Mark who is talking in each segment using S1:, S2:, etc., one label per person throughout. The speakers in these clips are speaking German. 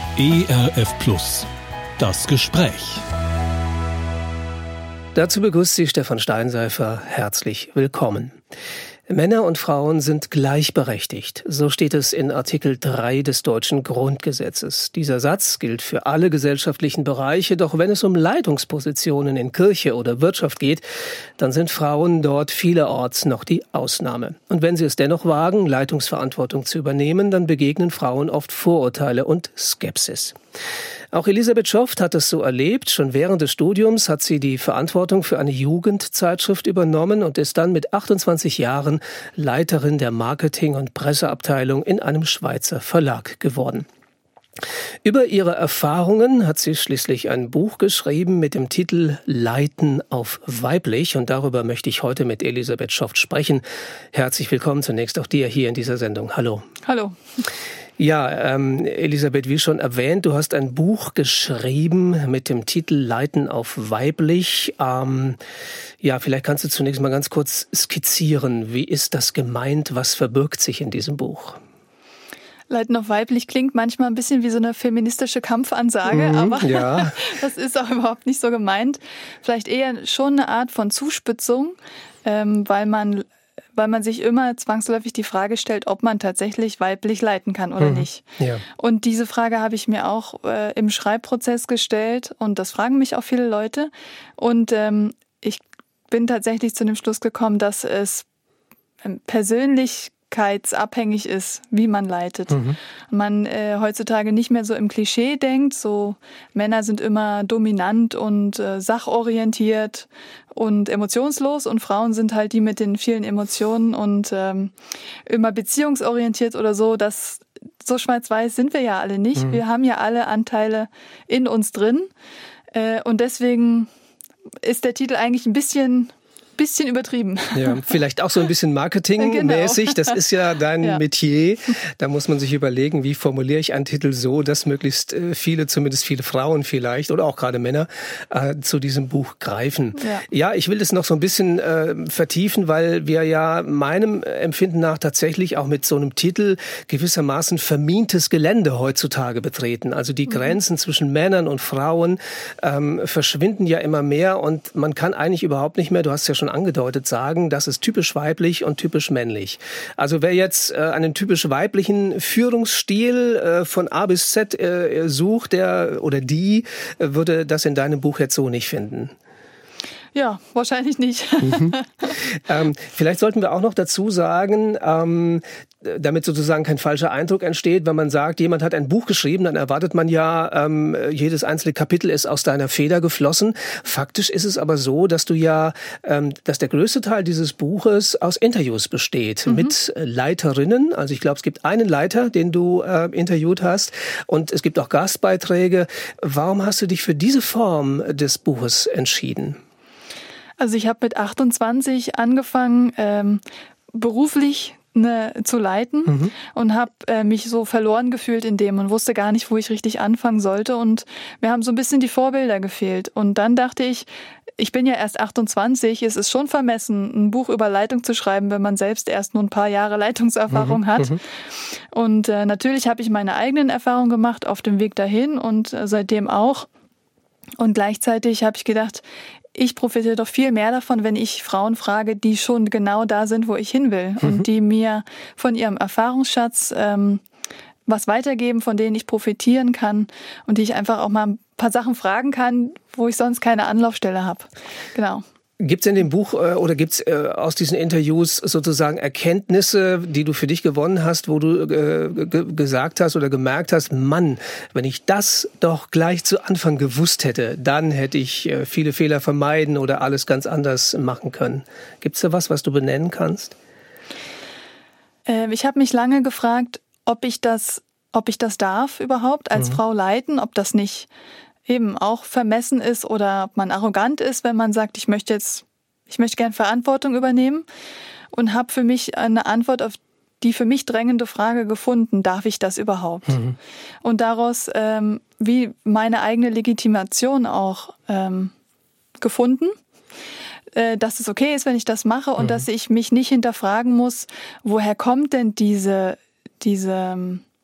S1: ERF Plus. Das Gespräch.
S2: Dazu begrüßt Sie Stefan Steinseifer. Herzlich willkommen. Männer und Frauen sind gleichberechtigt. So steht es in Artikel 3 des deutschen Grundgesetzes. Dieser Satz gilt für alle gesellschaftlichen Bereiche, doch wenn es um Leitungspositionen in Kirche oder Wirtschaft geht, dann sind Frauen dort vielerorts noch die Ausnahme. Und wenn sie es dennoch wagen, Leitungsverantwortung zu übernehmen, dann begegnen Frauen oft Vorurteile und Skepsis. Auch Elisabeth Schoft hat es so erlebt. Schon während des Studiums hat sie die Verantwortung für eine Jugendzeitschrift übernommen und ist dann mit 28 Jahren Leiterin der Marketing- und Presseabteilung in einem Schweizer Verlag geworden. Über ihre Erfahrungen hat sie schließlich ein Buch geschrieben mit dem Titel Leiten auf weiblich, und darüber möchte ich heute mit Elisabeth Schoft sprechen. Herzlich willkommen zunächst auch dir hier in dieser Sendung. Hallo.
S3: Hallo.
S2: Ja, Elisabeth, wie schon erwähnt, du hast ein Buch geschrieben mit dem Titel Leiten auf weiblich. Ja, vielleicht kannst du zunächst mal ganz kurz skizzieren. Wie ist das gemeint? Was verbirgt sich in diesem Buch?
S3: Leiten auf weiblich klingt manchmal ein bisschen wie so eine feministische Kampfansage, aber ja. Das ist auch überhaupt nicht so gemeint. Vielleicht eher schon eine Art von Zuspitzung, weil man sich immer zwangsläufig die Frage stellt, ob man tatsächlich weiblich leiten kann oder nicht. Ja. Und diese Frage habe ich mir auch im Schreibprozess gestellt, und das fragen mich auch viele Leute. Und ich bin tatsächlich zu dem Schluss gekommen, dass es persönlichkeitsabhängig ist, wie man leitet. Und man heutzutage nicht mehr so im Klischee denkt, so Männer sind immer dominant und sachorientiert und emotionslos, und Frauen sind halt die mit den vielen Emotionen und immer beziehungsorientiert oder so. So schwarz-weiß sind wir ja alle nicht. Wir haben ja alle Anteile in uns drin, und deswegen ist der Titel eigentlich ein bisschen übertrieben. Ja,
S2: vielleicht auch so ein bisschen marketingmäßig. Das ist ja dein Metier. Da muss man sich überlegen, wie formuliere ich einen Titel so, dass möglichst viele, zumindest viele Frauen vielleicht oder auch gerade Männer, zu diesem Buch greifen. Ja, ich will das noch so ein bisschen vertiefen, weil wir ja meinem Empfinden nach tatsächlich auch mit so einem Titel gewissermaßen vermintes Gelände heutzutage betreten. Also die Grenzen zwischen Männern und Frauen verschwinden ja immer mehr, und man kann eigentlich überhaupt nicht mehr, du hast ja schon angedeutet, sagen, das ist typisch weiblich und typisch männlich. Also wer jetzt einen typisch weiblichen Führungsstil von A bis Z sucht, der oder die, würde das in deinem Buch jetzt so nicht finden.
S3: Ja, wahrscheinlich nicht.
S2: Vielleicht sollten wir auch noch dazu sagen, damit sozusagen kein falscher Eindruck entsteht, wenn man sagt, jemand hat ein Buch geschrieben, dann erwartet man ja, jedes einzelne Kapitel ist aus deiner Feder geflossen. Faktisch ist es aber so, dass du ja, dass der größte Teil dieses Buches aus Interviews besteht mit Leiterinnen. Also ich glaube, es gibt einen Leiter, den du interviewt hast, und es gibt auch Gastbeiträge. Warum hast du dich für diese Form des Buches entschieden?
S3: Also ich habe mit 28 angefangen, beruflich zu leiten und habe mich so verloren gefühlt in dem und wusste gar nicht, wo ich richtig anfangen sollte. Und mir haben so ein bisschen die Vorbilder gefehlt. Und dann dachte ich bin ja erst 28, es ist schon vermessen, ein Buch über Leitung zu schreiben, wenn man selbst erst nur ein paar Jahre Leitungserfahrung hat. Und natürlich habe ich meine eigenen Erfahrungen gemacht auf dem Weg dahin und seitdem auch. Und gleichzeitig habe ich gedacht, ich profitiere doch viel mehr davon, wenn ich Frauen frage, die schon genau da sind, wo ich hin will und die mir von ihrem Erfahrungsschatz was weitergeben, von denen ich profitieren kann und die ich einfach auch mal ein paar Sachen fragen kann, wo ich sonst keine Anlaufstelle habe. Genau.
S2: Gibt es in dem Buch oder gibt es aus diesen Interviews sozusagen Erkenntnisse, die du für dich gewonnen hast, wo du gesagt hast oder gemerkt hast, Mann, wenn ich das doch gleich zu Anfang gewusst hätte, dann hätte ich viele Fehler vermeiden oder alles ganz anders machen können. Gibt es da was du benennen kannst?
S3: Ich habe mich lange gefragt, ob ich das darf überhaupt als Frau leiten, ob das nicht eben auch vermessen ist oder ob man arrogant ist, wenn man sagt, ich möchte gern Verantwortung übernehmen, und habe für mich eine Antwort auf die für mich drängende Frage gefunden, darf ich das überhaupt? Und daraus wie meine eigene Legitimation auch gefunden, dass es okay ist, wenn ich das mache und dass ich mich nicht hinterfragen muss, woher kommt denn diese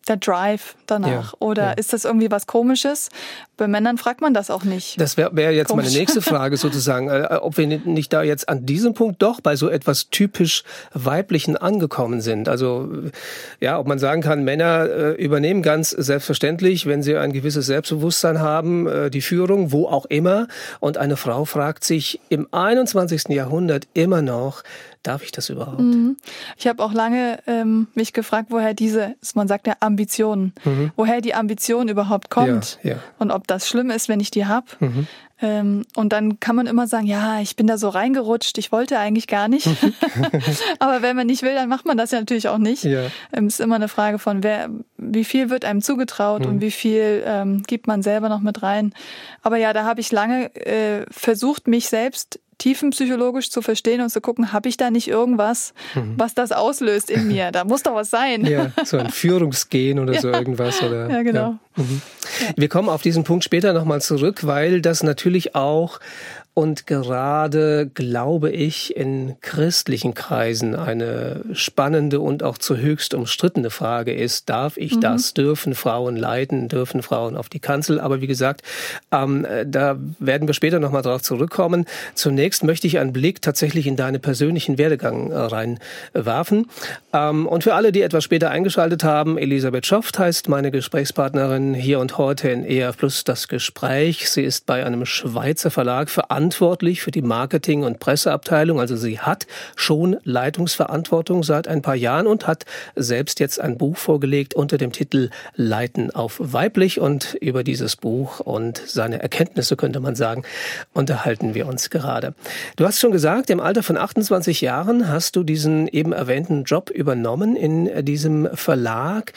S3: der Drive danach? Oder ist das irgendwie was Komisches? Bei Männern fragt man das auch nicht.
S2: Das wäre jetzt meine nächste Frage sozusagen, ob wir nicht da jetzt an diesem Punkt doch bei so etwas typisch Weiblichen angekommen sind. Also ja, ob man sagen kann, Männer übernehmen ganz selbstverständlich, wenn sie ein gewisses Selbstbewusstsein haben, die Führung, wo auch immer. Und eine Frau fragt sich im 21. Jahrhundert immer noch, darf ich das überhaupt?
S3: Ich habe auch lange mich gefragt, woher man sagt ja Ambitionen, woher die Ambition überhaupt kommt und ob das schlimm ist, wenn ich die habe. Und dann kann man immer sagen, ja, ich bin da so reingerutscht, ich wollte eigentlich gar nicht. Aber wenn man nicht will, dann macht man das ja natürlich auch nicht. Ja. Ist immer eine Frage von, wie viel wird einem zugetraut und wie viel gibt man selber noch mit rein. Aber ja, da habe ich lange versucht, mich selbst tiefenpsychologisch zu verstehen und zu gucken, habe ich da nicht irgendwas, was das auslöst in mir? Da muss doch was sein.
S2: Ja, so ein Führungsgen oder so irgendwas. Oder,
S3: ja, genau.
S2: Ja. Wir kommen auf diesen Punkt später nochmal zurück, weil das natürlich auch und gerade, glaube ich, in christlichen Kreisen eine spannende und auch zu höchst umstrittene Frage ist. Darf ich das? Dürfen Frauen leiten? Dürfen Frauen auf die Kanzel? Aber wie gesagt, da werden wir später nochmal drauf zurückkommen. Zunächst möchte ich einen Blick tatsächlich in deinen persönlichen Werdegang reinwerfen. Und für alle, die etwas später eingeschaltet haben, Elisabeth Schoft heißt meine Gesprächspartnerin hier und heute in ERF Plus das Gespräch. Sie ist bei einem Schweizer Verlag verantwortlich für die Marketing- und Presseabteilung. Also sie hat schon Leitungsverantwortung seit ein paar Jahren und hat selbst jetzt ein Buch vorgelegt unter dem Titel Leiten auf weiblich. Und über dieses Buch und seine Erkenntnisse, könnte man sagen, unterhalten wir uns gerade. Du hast schon gesagt, im Alter von 28 Jahren hast du diesen eben erwähnten Job übernommen in diesem Verlag.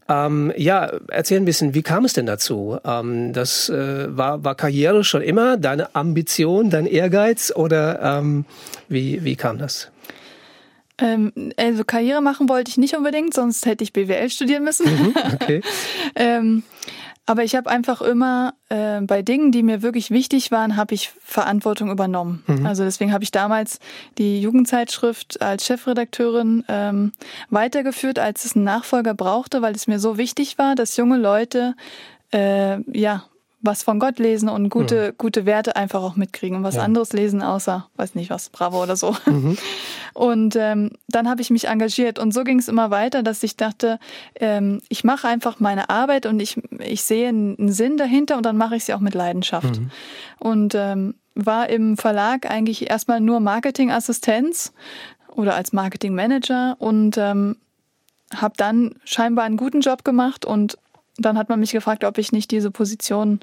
S2: Erzähl ein bisschen, wie kam es denn dazu? Das war Karriere schon immer deine Ambition, dein Ehrgeiz oder wie kam das?
S3: Also Karriere machen wollte ich nicht unbedingt, sonst hätte ich BWL studieren müssen.
S2: Okay.
S3: Aber ich habe einfach immer bei Dingen, die mir wirklich wichtig waren, habe ich Verantwortung übernommen. Also deswegen habe ich damals die Jugendzeitschrift als Chefredakteurin weitergeführt, als es einen Nachfolger brauchte, weil es mir so wichtig war, dass junge Leute was von Gott lesen und gute Werte einfach auch mitkriegen und was anderes lesen, außer, weiß nicht was, Bravo oder so. Und dann habe ich mich engagiert und so ging es immer weiter, dass ich dachte, ich mache einfach meine Arbeit und ich sehe einen Sinn dahinter und dann mache ich sie auch mit Leidenschaft. Und war im Verlag eigentlich erstmal nur Marketingassistenz oder als Marketingmanager und habe dann scheinbar einen guten Job gemacht und dann hat man mich gefragt, ob ich nicht diese Position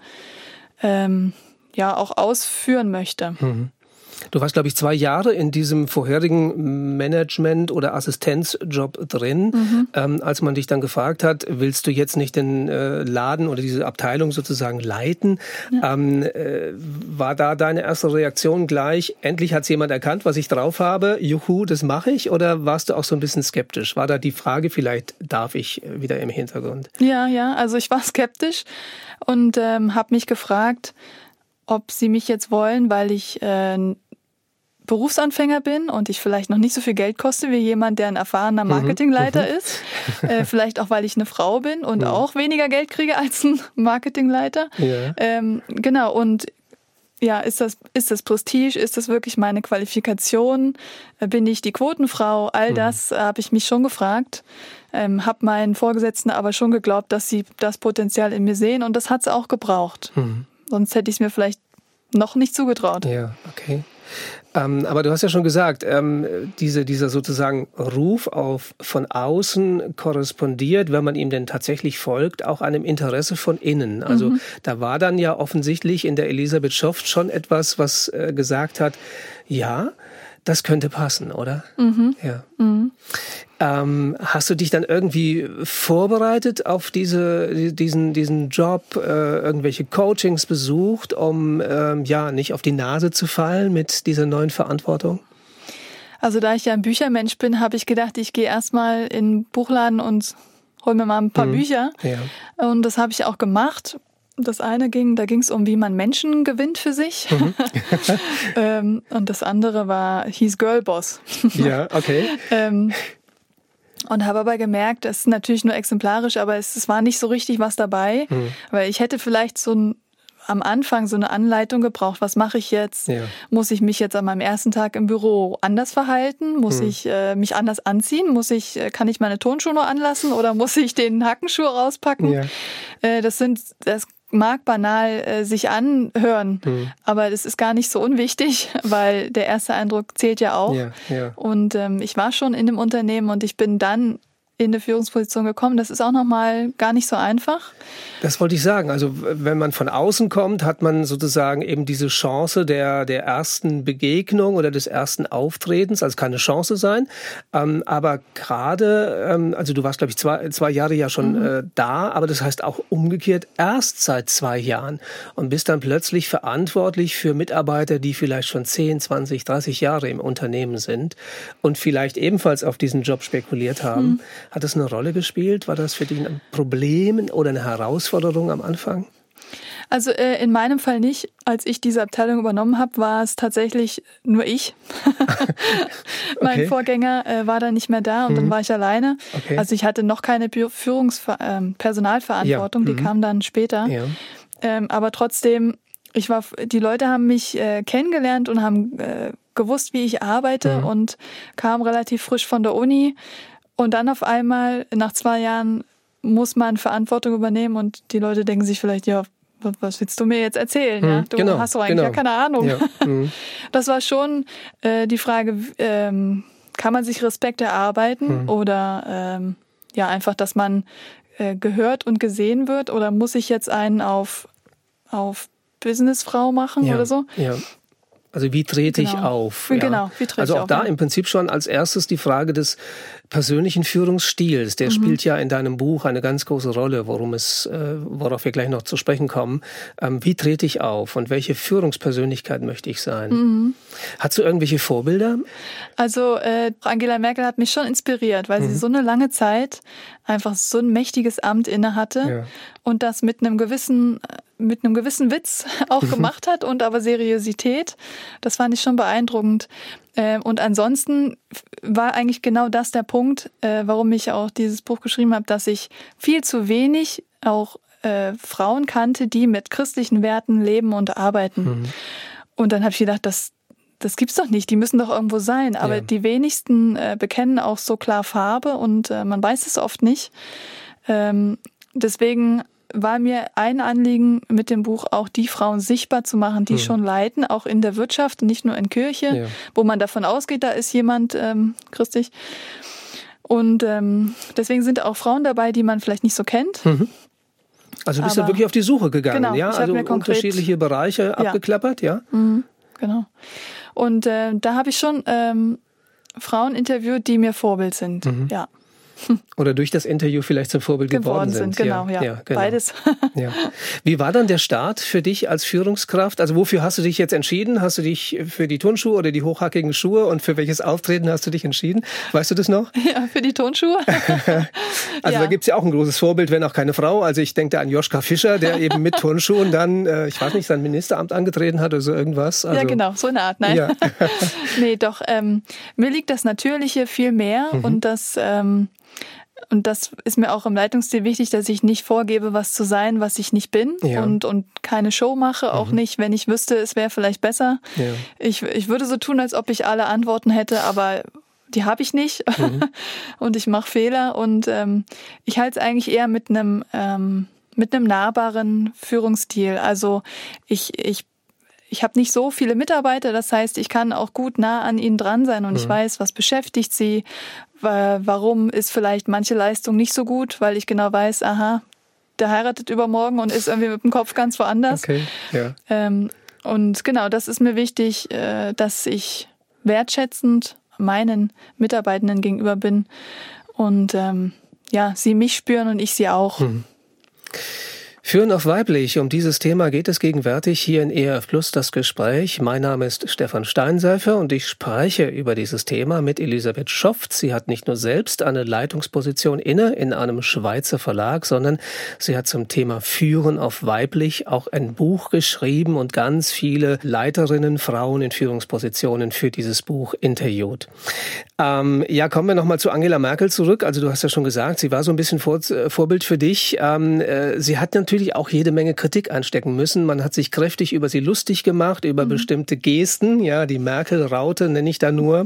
S3: auch ausführen möchte.
S2: Du warst, glaube ich, 2 Jahre in diesem vorherigen Management- oder Assistenzjob drin. Als man dich dann gefragt hat, willst du jetzt nicht den Laden oder diese Abteilung sozusagen leiten? Ja. War da deine erste Reaktion gleich, endlich hat es jemand erkannt, was ich drauf habe, juhu, das mache ich? Oder warst du auch so ein bisschen skeptisch? War da die Frage, vielleicht darf ich wieder im Hintergrund?
S3: Ja, also ich war skeptisch und habe mich gefragt, ob sie mich jetzt wollen, weil ich Berufsanfänger bin und ich vielleicht noch nicht so viel Geld koste wie jemand, der ein erfahrener Marketingleiter ist. Vielleicht auch, weil ich eine Frau bin und auch weniger Geld kriege als ein Marketingleiter. Ja. Genau, und ja, ist das Prestige? Ist das wirklich meine Qualifikation? Bin ich die Quotenfrau? All das habe ich mich schon gefragt. Habe meinen Vorgesetzten aber schon geglaubt, dass sie das Potenzial in mir sehen und das hat es auch gebraucht. Sonst hätte ich es mir vielleicht noch nicht zugetraut.
S2: Ja, okay. Aber du hast ja schon gesagt, dieser sozusagen Ruf von außen korrespondiert, wenn man ihm denn tatsächlich folgt, auch einem Interesse von innen. Also da war dann ja offensichtlich in der Elisabeth Schoft schon etwas, was gesagt hat, ja, das könnte passen, oder? Ja. Hast du dich dann irgendwie vorbereitet auf diesen Job, irgendwelche Coachings besucht, um nicht auf die Nase zu fallen mit dieser neuen Verantwortung?
S3: Also da ich ja ein Büchermensch bin, habe ich gedacht, ich gehe erstmal in den Buchladen und hol mir mal ein paar Bücher. Ja. Und das habe ich auch gemacht. Das eine da ging es um, wie man Menschen gewinnt für sich. Und das andere hieß Girlboss.
S2: Ja, okay.
S3: Und habe aber gemerkt, das ist natürlich nur exemplarisch, aber es war nicht so richtig was dabei, weil ich hätte vielleicht am Anfang so eine Anleitung gebraucht. Was mache ich jetzt? Ja. Muss ich mich jetzt an meinem ersten Tag im Büro anders verhalten? Muss ich mich anders anziehen? Kann ich meine Turnschuhe nur anlassen oder muss ich den Hackenschuh rauspacken? Ja. Das mag banal sich anhören, aber das ist gar nicht so unwichtig, weil der erste Eindruck zählt ja auch. Ja, ja. Und ich war schon in dem Unternehmen und ich bin dann in eine Führungsposition gekommen. Das ist auch nochmal gar nicht so einfach.
S2: Das wollte ich sagen. Also wenn man von außen kommt, hat man sozusagen eben diese Chance der ersten Begegnung oder des ersten Auftretens. Also kann eine Chance sein. Aber gerade, also du warst, glaube ich, zwei Jahre ja schon da, aber das heißt auch umgekehrt erst seit 2 Jahren und bist dann plötzlich verantwortlich für Mitarbeiter, die vielleicht schon 10, 20, 30 Jahre im Unternehmen sind und vielleicht ebenfalls auf diesen Job spekuliert haben. Hat das eine Rolle gespielt? War das für dich ein Problem oder eine Herausforderung am Anfang?
S3: Also in meinem Fall nicht. Als ich diese Abteilung übernommen habe, war es tatsächlich nur ich. Mein Vorgänger war dann nicht mehr da und dann war ich alleine. Okay. Also ich hatte noch keine Personalverantwortung, die kam dann später. Ja. Aber trotzdem, die Leute haben mich kennengelernt und haben gewusst, wie ich arbeite und kamen relativ frisch von der Uni. Und dann auf einmal, nach 2 Jahren, muss man Verantwortung übernehmen und die Leute denken sich vielleicht, ja, was willst du mir jetzt erzählen? Ja? Du hast doch eigentlich gar keine Ahnung. Ja. Das war schon die Frage, kann man sich Respekt erarbeiten oder einfach, dass man gehört und gesehen wird oder muss ich jetzt einen auf Businessfrau machen oder so?
S2: Ja. Also wie trete ich auf? Ja.
S3: Genau, wie trete ich auf?
S2: Also auch da im Prinzip schon als erstes die Frage des persönlichen Führungsstils. Der spielt ja in deinem Buch eine ganz große Rolle, worauf wir gleich noch zu sprechen kommen. Wie trete ich auf und welche Führungspersönlichkeit möchte ich sein? Hast du irgendwelche Vorbilder?
S3: Also Angela Merkel hat mich schon inspiriert, weil sie so eine lange Zeit einfach so ein mächtiges Amt inne hatte und das mit einem gewissen Witz auch gemacht hat und aber Seriosität. Das fand ich schon beeindruckend. Und ansonsten war eigentlich genau das der Punkt, warum ich auch dieses Buch geschrieben habe, dass ich viel zu wenig auch Frauen kannte, die mit christlichen Werten leben und arbeiten. Und dann habe ich gedacht, das gibt's doch nicht, die müssen doch irgendwo sein. Aber die wenigsten bekennen auch so klar Farbe und man weiß es oft nicht. Deswegen war mir ein Anliegen mit dem Buch auch die Frauen sichtbar zu machen, die schon leiten, auch in der Wirtschaft und nicht nur in Kirche, wo man davon ausgeht, da ist jemand christlich. Und deswegen sind auch Frauen dabei, die man vielleicht nicht so kennt.
S2: Also du bist ja wirklich auf die Suche gegangen,
S3: genau,
S2: ja? Also unterschiedliche Bereiche abgeklappert, ja?
S3: Genau. Und da habe ich schon Frauen interviewt, die mir Vorbild sind, ja.
S2: Oder durch das Interview vielleicht zum Vorbild geworden sind.
S3: Genau, genau. Beides.
S2: Ja. Wie war dann der Start für dich als Führungskraft? Also wofür hast du dich jetzt entschieden? Hast du dich für die Turnschuhe oder die hochhackigen Schuhe und für welches Auftreten hast du dich entschieden? Weißt du das noch?
S3: Ja, für die Turnschuhe.
S2: Also da gibt's ja auch ein großes Vorbild, wenn auch keine Frau. Also ich denke da an Joschka Fischer, der eben mit Turnschuhen dann, ich weiß nicht, sein Ministeramt angetreten hat oder so irgendwas. Also,
S3: ja, genau, so eine Art, nein. Ja. Nee, doch, mir liegt das Natürliche viel mehr und das ist mir auch im Leitungsstil wichtig, dass ich nicht vorgebe, was zu sein, was ich nicht bin und keine Show mache, auch nicht, wenn ich wüsste, es wäre vielleicht besser. Ja. Ich würde so tun, als ob ich alle Antworten hätte, aber die habe ich nicht und ich mache Fehler und ich halte es eigentlich eher mit einem nahbaren Führungsstil. Also ich habe nicht so viele Mitarbeiter, das heißt, ich kann auch gut nah an ihnen dran sein und ich weiß, was beschäftigt sie, warum ist vielleicht manche Leistung nicht so gut, weil ich genau weiß, aha, der heiratet übermorgen und ist irgendwie mit dem Kopf ganz woanders. Okay, ja. Und genau, das ist mir wichtig, dass ich wertschätzend meinen Mitarbeitenden gegenüber bin und sie mich spüren und ich sie auch.
S2: Führen auf weiblich. Um dieses Thema geht es gegenwärtig hier in ERF Plus das Gespräch. Mein Name ist Stefan Steinseifer und ich spreche über dieses Thema mit Elisabeth Schoft. Sie hat nicht nur selbst eine Leitungsposition inne in einem Schweizer Verlag, sondern sie hat zum Thema Führen auf weiblich auch ein Buch geschrieben und ganz viele Leiterinnen, Frauen in Führungspositionen für dieses Buch interviewt. Kommen wir nochmal zu Angela Merkel zurück. Also du hast ja schon gesagt, sie war so ein bisschen Vorbild für dich. Sie hat natürlich auch jede Menge Kritik einstecken müssen. Man hat sich kräftig über sie lustig gemacht, über bestimmte Gesten. Ja, die Merkel-Raute nenne ich da nur.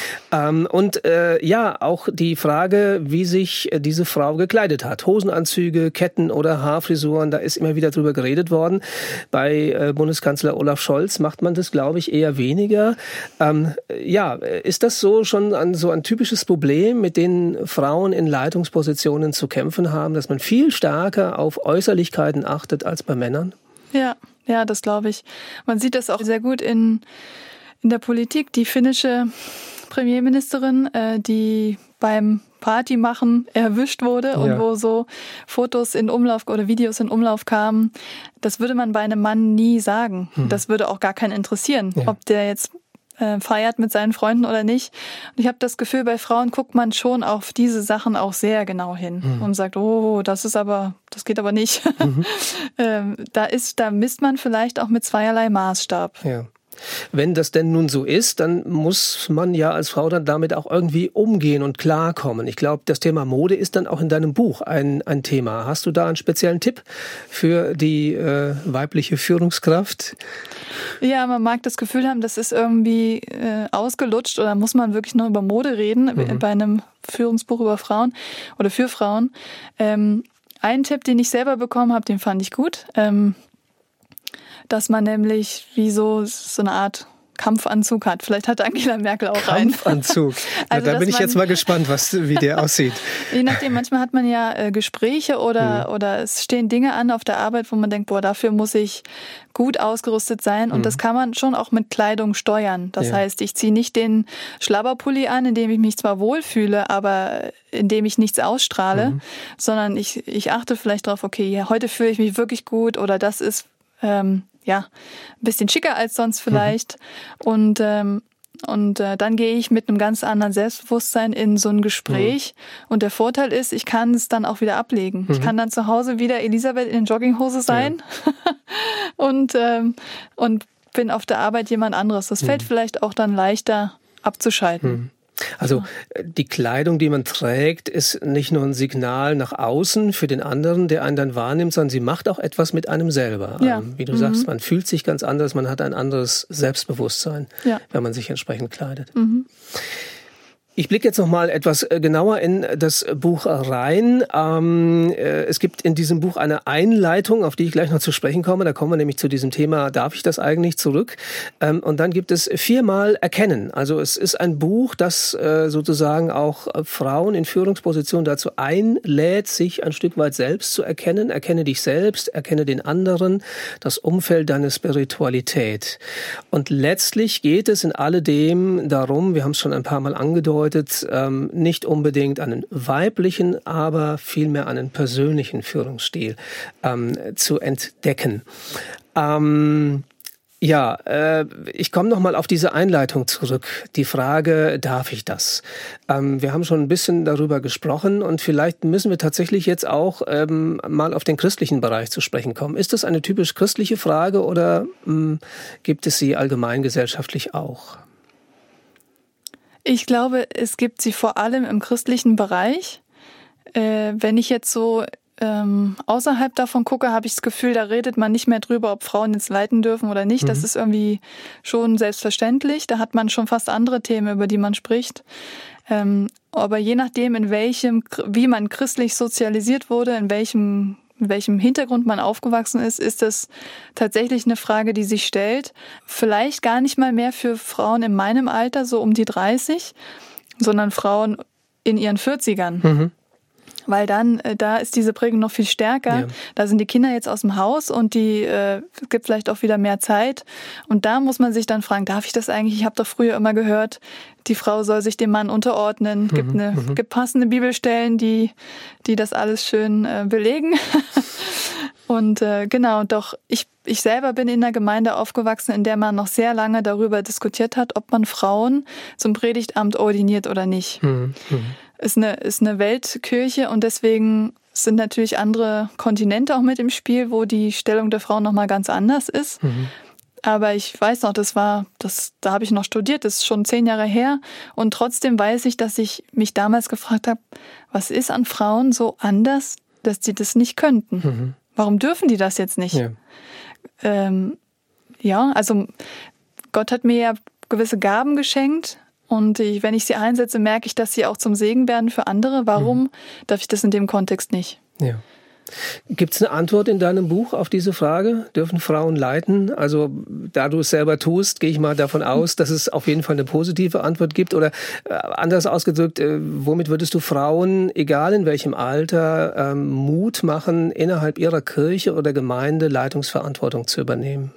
S2: Auch die Frage, wie sich diese Frau gekleidet hat. Hosenanzüge, Ketten oder Haarfrisuren, da ist immer wieder drüber geredet worden. Bei Bundeskanzler Olaf Scholz macht man das, glaube ich, eher weniger. Ist das so schon ein typisches Problem, mit denen Frauen in Leitungspositionen zu kämpfen haben, dass man viel stärker auf Äußerlichkeiten achtet als bei Männern?
S3: Ja, das glaube ich. Man sieht das auch sehr gut in der Politik. Die finnische Premierministerin, die beim Partymachen erwischt wurde und wo so Fotos in Umlauf oder Videos in Umlauf kamen, das würde man bei einem Mann nie sagen. Das würde auch gar keinen interessieren, ob der jetzt feiert mit seinen Freunden oder nicht. Und ich habe das Gefühl, bei Frauen guckt man schon auf diese Sachen auch sehr genau hin und sagt, oh, das geht aber nicht. Da misst man vielleicht auch mit zweierlei Maßstab.
S2: Ja. Wenn das denn nun so ist, dann muss man ja als Frau dann damit auch irgendwie umgehen und klarkommen. Ich glaube, das Thema Mode ist dann auch in deinem Buch ein Thema. Hast du da einen speziellen Tipp für die weibliche Führungskraft?
S3: Ja, man mag das Gefühl haben, das ist irgendwie ausgelutscht oder muss man wirklich nur über Mode reden bei einem Führungsbuch über Frauen oder für Frauen. Ein Tipp, den ich selber bekommen habe, den fand ich gut. Dass man nämlich wie so eine Art Kampfanzug hat. Vielleicht hat Angela Merkel auch einen.
S2: Kampfanzug. Also, da bin ich jetzt mal gespannt, wie der aussieht.
S3: Je nachdem, manchmal hat man ja Gespräche oder es stehen Dinge an auf der Arbeit, wo man denkt, dafür muss ich gut ausgerüstet sein. Und das kann man schon auch mit Kleidung steuern. Das heißt, ich ziehe nicht den Schlabberpulli an, in dem ich mich zwar wohlfühle, aber in dem ich nichts ausstrahle, sondern ich achte vielleicht darauf, okay, heute fühle ich mich wirklich gut oder das ist ein bisschen schicker als sonst vielleicht. Und dann gehe ich mit einem ganz anderen Selbstbewusstsein in so ein Gespräch. Und der Vorteil ist, ich kann es dann auch wieder ablegen. Ich kann dann zu Hause wieder Elisabeth in Jogginghose sein und bin auf der Arbeit jemand anderes. Das fällt vielleicht auch dann leichter abzuschalten.
S2: Also die Kleidung, die man trägt, ist nicht nur ein Signal nach außen für den anderen, der einen dann wahrnimmt, sondern sie macht auch etwas mit einem selber.
S3: Ja.
S2: Wie du sagst, man fühlt sich ganz anders, man hat ein anderes Selbstbewusstsein, wenn man sich entsprechend kleidet. Ich blicke jetzt noch mal etwas genauer in das Buch rein. Es gibt in diesem Buch eine Einleitung, auf die ich gleich noch zu sprechen komme. Da kommen wir nämlich zu diesem Thema, darf ich das eigentlich, zurück. Und dann gibt es 4-mal Erkennen. Also es ist ein Buch, das sozusagen auch Frauen in Führungspositionen dazu einlädt, sich ein Stück weit selbst zu erkennen. Erkenne dich selbst, erkenne den anderen, das Umfeld deiner Spiritualität. Und letztlich geht es in alledem darum, wir haben es schon ein paar Mal angedeutet, nicht unbedingt einen weiblichen, aber vielmehr einen persönlichen Führungsstil zu entdecken. Ich komme noch mal auf diese Einleitung zurück. Die Frage, darf ich das? Wir haben schon ein bisschen darüber gesprochen und vielleicht müssen wir tatsächlich jetzt auch mal auf den christlichen Bereich zu sprechen kommen. Ist das eine typisch christliche Frage oder gibt es sie allgemeingesellschaftlich auch?
S3: Ich glaube, es gibt sie vor allem im christlichen Bereich. Wenn ich jetzt so außerhalb davon gucke, habe ich das Gefühl, da redet man nicht mehr drüber, ob Frauen jetzt leiten dürfen oder nicht. Das ist irgendwie schon selbstverständlich. Da hat man schon fast andere Themen, über die man spricht. Aber je nachdem, wie man christlich sozialisiert wurde, in welchem Hintergrund man aufgewachsen ist, ist das tatsächlich eine Frage, die sich stellt. Vielleicht gar nicht mal mehr für Frauen in meinem Alter, so um die 30, sondern Frauen in ihren 40ern. Weil dann, da ist diese Prägung noch viel stärker. Ja. Da sind die Kinder jetzt aus dem Haus und es gibt vielleicht auch wieder mehr Zeit. Und da muss man sich dann fragen, darf ich das eigentlich? Ich habe doch früher immer gehört, die Frau soll sich dem Mann unterordnen. Gibt passende Bibelstellen, die das alles schön belegen. Und genau, doch ich selber bin in einer Gemeinde aufgewachsen, in der man noch sehr lange darüber diskutiert hat, ob man Frauen zum Predigtamt ordiniert oder nicht. Ist eine Weltkirche und deswegen sind natürlich andere Kontinente auch mit im Spiel, wo die Stellung der Frauen nochmal ganz anders ist. Aber ich weiß noch, da habe ich noch studiert, das ist schon 10 Jahre her. Und trotzdem weiß ich, dass ich mich damals gefragt habe, was ist an Frauen so anders, dass die das nicht könnten? Warum dürfen die das jetzt nicht? Ja, also Gott hat mir ja gewisse Gaben geschenkt. Und wenn ich sie einsetze, merke ich, dass sie auch zum Segen werden für andere. Warum darf ich das in dem Kontext nicht?
S2: Ja. Gibt es eine Antwort in deinem Buch auf diese Frage? Dürfen Frauen leiten? Also da du es selber tust, gehe ich mal davon aus, dass es auf jeden Fall eine positive Antwort gibt. Oder anders ausgedrückt, womit würdest du Frauen, egal in welchem Alter, Mut machen, innerhalb ihrer Kirche oder Gemeinde Leitungsverantwortung zu übernehmen?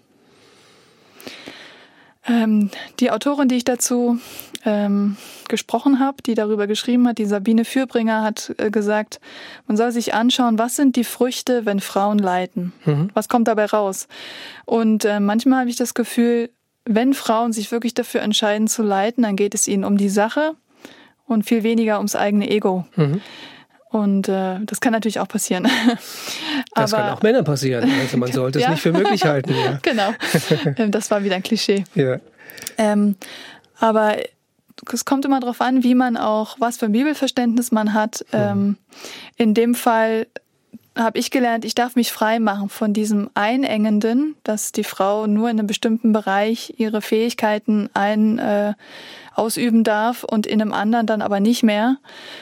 S3: Die Autorin, die ich dazu gesprochen habe, die darüber geschrieben hat, die Sabine Fürbringer, hat gesagt, man soll sich anschauen, was sind die Früchte, wenn Frauen leiten? Was kommt dabei raus? Und manchmal habe ich das Gefühl, wenn Frauen sich wirklich dafür entscheiden zu leiten, dann geht es ihnen um die Sache und viel weniger ums eigene Ego. Und das kann natürlich auch passieren.
S2: Das kann auch Männern passieren. Also man sollte es nicht für möglich halten. Ja.
S3: Genau. Das war wieder ein Klischee.
S2: Ja.
S3: Aber es kommt immer darauf an, was für ein Bibelverständnis man hat. In dem Fall habe ich gelernt, ich darf mich frei machen von diesem Einengenden, dass die Frau nur in einem bestimmten Bereich ihre Fähigkeiten ausüben darf und in einem anderen dann aber nicht mehr.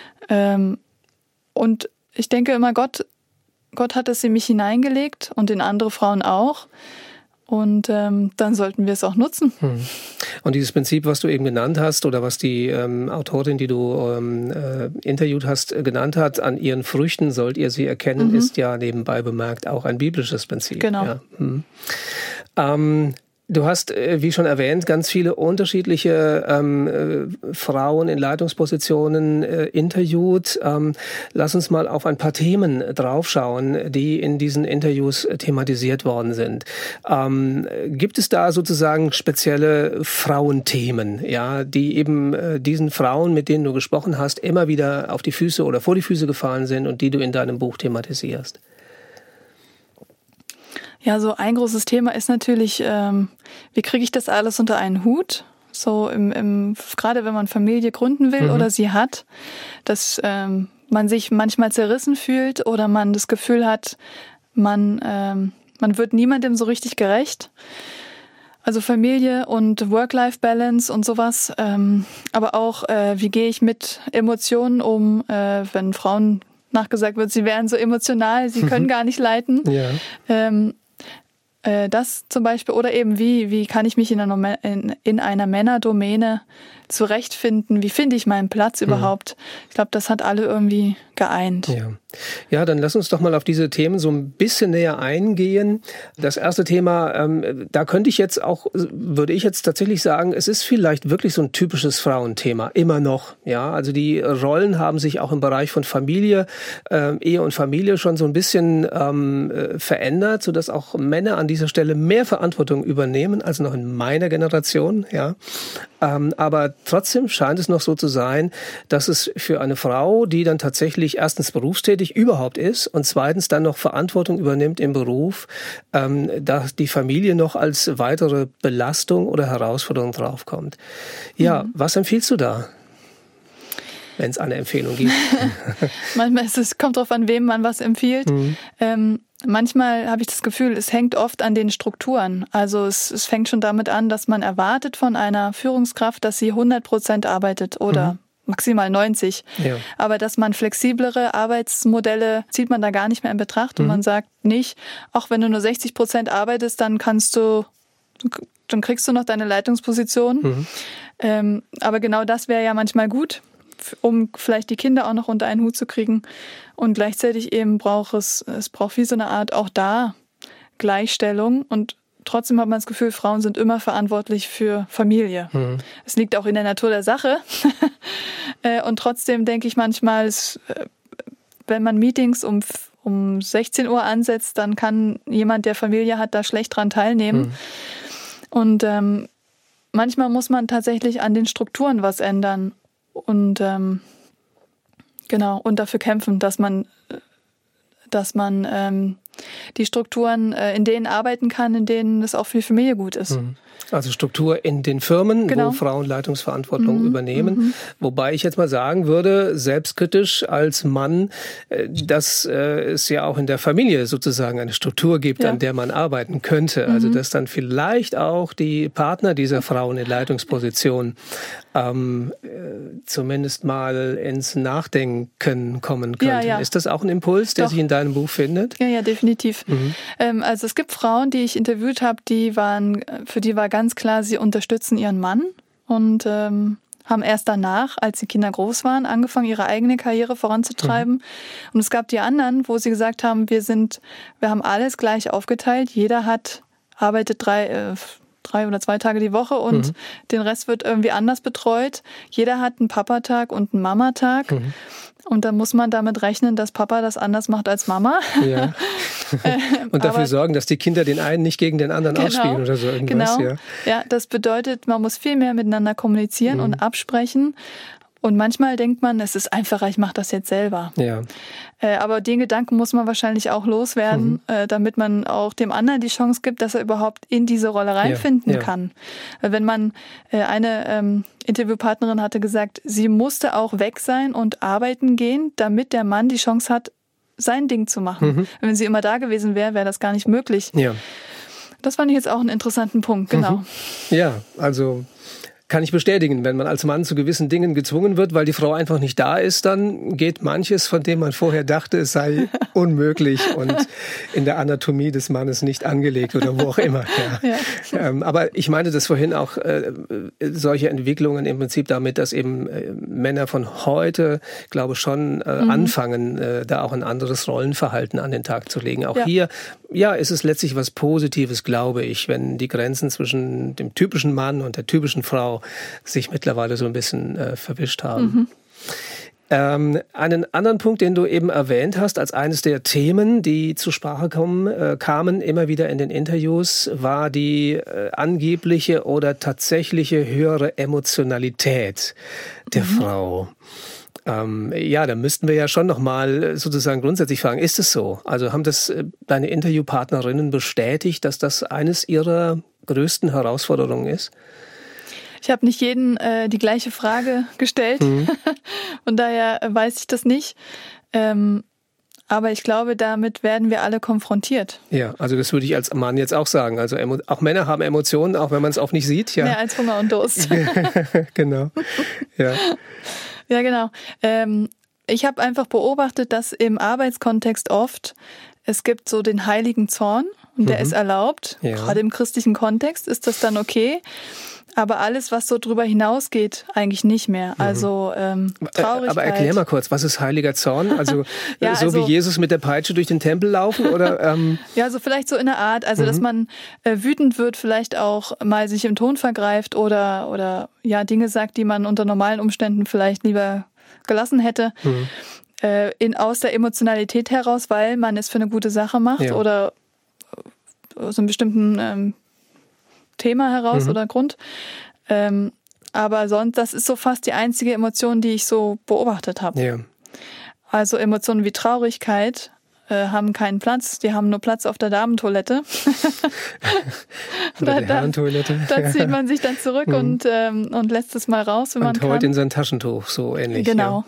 S3: Und ich denke immer, Gott hat es in mich hineingelegt und in andere Frauen auch. Und dann sollten wir es auch nutzen.
S2: Und dieses Prinzip, was du eben genannt hast oder was die Autorin, die du interviewt hast, genannt hat, an ihren Früchten sollt ihr sie erkennen, ist ja nebenbei bemerkt auch ein biblisches Prinzip.
S3: Genau.
S2: Ja. Du hast, wie schon erwähnt, ganz viele unterschiedliche Frauen in Leitungspositionen interviewt. Lass uns mal auf ein paar Themen draufschauen, die in diesen Interviews thematisiert worden sind. Gibt es da sozusagen spezielle Frauenthemen, ja, die eben diesen Frauen, mit denen du gesprochen hast, immer wieder auf die Füße oder vor die Füße gefallen sind und die du in deinem Buch thematisierst?
S3: Ja, so ein großes Thema ist natürlich, wie kriege ich das alles unter einen Hut? So gerade wenn man Familie gründen will oder sie hat, dass man sich manchmal zerrissen fühlt oder man das Gefühl hat, man wird niemandem so richtig gerecht. Also Familie und Work-Life-Balance und sowas. Aber auch, wie gehe ich mit Emotionen um, wenn Frauen nachgesagt wird, sie wären so emotional, sie können gar nicht leiten. Ja. Das zum Beispiel, oder eben wie kann ich mich in einer Männerdomäne zurechtfinden, wie finde ich meinen Platz überhaupt? Ich glaube, das hat alle irgendwie geeint.
S2: Ja, dann lass uns doch mal auf diese Themen so ein bisschen näher eingehen. Das erste Thema, da könnte ich jetzt auch, würde ich jetzt tatsächlich sagen, es ist vielleicht wirklich so ein typisches Frauenthema, immer noch. Ja, also die Rollen haben sich auch im Bereich von Familie, Ehe und Familie schon so ein bisschen verändert, sodass auch Männer an dieser Stelle mehr Verantwortung übernehmen als noch in meiner Generation. Ja, aber trotzdem scheint es noch so zu sein, dass es für eine Frau, die dann tatsächlich erstens berufstätig überhaupt ist und zweitens dann noch Verantwortung übernimmt im Beruf, dass die Familie noch als weitere Belastung oder Herausforderung draufkommt. Ja, was empfiehlst du da, wenn es eine Empfehlung gibt?
S3: Manchmal kommt drauf an, wem man was empfiehlt. Manchmal habe ich das Gefühl, es hängt oft an den Strukturen. Also es fängt schon damit an, dass man erwartet von einer Führungskraft, dass sie 100% arbeitet oder maximal 90. Ja. Aber dass man flexiblere Arbeitsmodelle zieht man da gar nicht mehr in Betracht und man sagt nicht, auch wenn du nur 60% arbeitest, dann kriegst du noch deine Leitungsposition. Aber genau das wäre ja manchmal gut, um vielleicht die Kinder auch noch unter einen Hut zu kriegen. Und gleichzeitig eben braucht es wie so eine Art auch da Gleichstellung. Und trotzdem hat man das Gefühl, Frauen sind immer verantwortlich für Familie. Es liegt auch in der Natur der Sache. Und trotzdem denke ich manchmal, wenn man Meetings um um 16 Uhr ansetzt, dann kann jemand, der Familie hat, da schlecht dran teilnehmen. Und manchmal muss man tatsächlich an den Strukturen was ändern und und dafür kämpfen, dass man die Strukturen, in denen arbeiten kann, in denen es auch für die Familie gut ist.
S2: Also Struktur in den Firmen, wo Frauen Leitungsverantwortung übernehmen. Wobei ich jetzt mal sagen würde, selbstkritisch als Mann, dass es ja auch in der Familie sozusagen eine Struktur gibt, an der man arbeiten könnte. Also dass dann vielleicht auch die Partner dieser Frauen in Leitungspositionen zumindest mal ins Nachdenken kommen könnten. Ist das auch ein Impuls, der sich in deinem Buch findet?
S3: Ja, definitiv. Also es gibt Frauen, die ich interviewt habe, für die war ganz klar, sie unterstützen ihren Mann und haben erst danach, als die Kinder groß waren, angefangen, ihre eigene Karriere voranzutreiben. Und es gab die anderen, wo sie gesagt haben, wir haben alles gleich aufgeteilt. Jeder arbeitet 3 oder 2 Tage die Woche und den Rest wird irgendwie anders betreut. Jeder hat einen Papatag und einen Mamatag. Und dann muss man damit rechnen, dass Papa das anders macht als Mama. Ja.
S2: Und dafür sorgen, dass die Kinder den einen nicht gegen den anderen ausspielen oder so irgendwas.
S3: Genau. Ja, das bedeutet, man muss viel mehr miteinander kommunizieren und absprechen. Und manchmal denkt man, es ist einfacher, ich mache das jetzt selber. Ja. Aber den Gedanken muss man wahrscheinlich auch loswerden, damit man auch dem anderen die Chance gibt, dass er überhaupt in diese Rolle reinfinden kann. Wenn man, eine Interviewpartnerin hatte gesagt, sie musste auch weg sein und arbeiten gehen, damit der Mann die Chance hat, sein Ding zu machen. Wenn sie immer da gewesen wäre, wäre das gar nicht möglich. Ja. Das fand ich jetzt auch einen interessanten Punkt, genau.
S2: Ja, also kann ich bestätigen, wenn man als Mann zu gewissen Dingen gezwungen wird, weil die Frau einfach nicht da ist, dann geht manches, von dem man vorher dachte, es sei unmöglich und in der Anatomie des Mannes nicht angelegt oder wo auch immer. Aber ich meinte das vorhin auch, solche Entwicklungen im Prinzip damit, dass eben Männer von heute, glaube ich, schon anfangen, da auch ein anderes Rollenverhalten an den Tag zu legen. Auch hier, ist es letztlich was Positives, glaube ich, wenn die Grenzen zwischen dem typischen Mann und der typischen Frau sich mittlerweile so ein bisschen verwischt haben. Einen anderen Punkt, den du eben erwähnt hast, als eines der Themen, die zur Sprache kamen immer wieder in den Interviews, war die angebliche oder tatsächliche höhere Emotionalität der Frau. Da müssten wir ja schon nochmal sozusagen grundsätzlich fragen, ist es so? Also haben das deine Interviewpartnerinnen bestätigt, dass das eines ihrer größten Herausforderungen ist?
S3: Ich habe nicht jeden die gleiche Frage gestellt und daher weiß ich das nicht. Aber ich glaube, damit werden wir alle konfrontiert.
S2: Ja, also das würde ich als Mann jetzt auch sagen. Also auch Männer haben Emotionen, auch wenn man es oft nicht sieht. Ja.
S3: Mehr als Hunger und Durst.
S2: Genau. Ja.
S3: Ja, genau. Ich habe einfach beobachtet, dass im Arbeitskontext oft, es gibt so den heiligen Zorn und der ist erlaubt. Ja. Gerade im christlichen Kontext ist das dann okay. Aber alles, was so drüber hinausgeht, eigentlich nicht mehr. Also Traurigkeit.
S2: Aber erklär mal kurz, was ist heiliger Zorn? Also wie Jesus mit der Peitsche durch den Tempel laufen? Oder,
S3: Ja, so vielleicht so in der Art. Also dass man wütend wird, vielleicht auch mal sich im Ton vergreift oder Dinge sagt, die man unter normalen Umständen vielleicht lieber gelassen hätte. Aus der Emotionalität heraus, weil man es für eine gute Sache macht oder aus einem bestimmten Thema heraus oder Grund. Aber sonst, das ist so fast die einzige Emotion, die ich so beobachtet habe. Ja. Also Emotionen wie Traurigkeit haben keinen Platz, die haben nur Platz auf der Damentoilette.
S2: Oder der Herrentoilette.
S3: Da zieht man sich dann zurück und lässt es mal raus, wenn man kann. Und
S2: heute in sein Taschentuch, so ähnlich.
S3: Genau.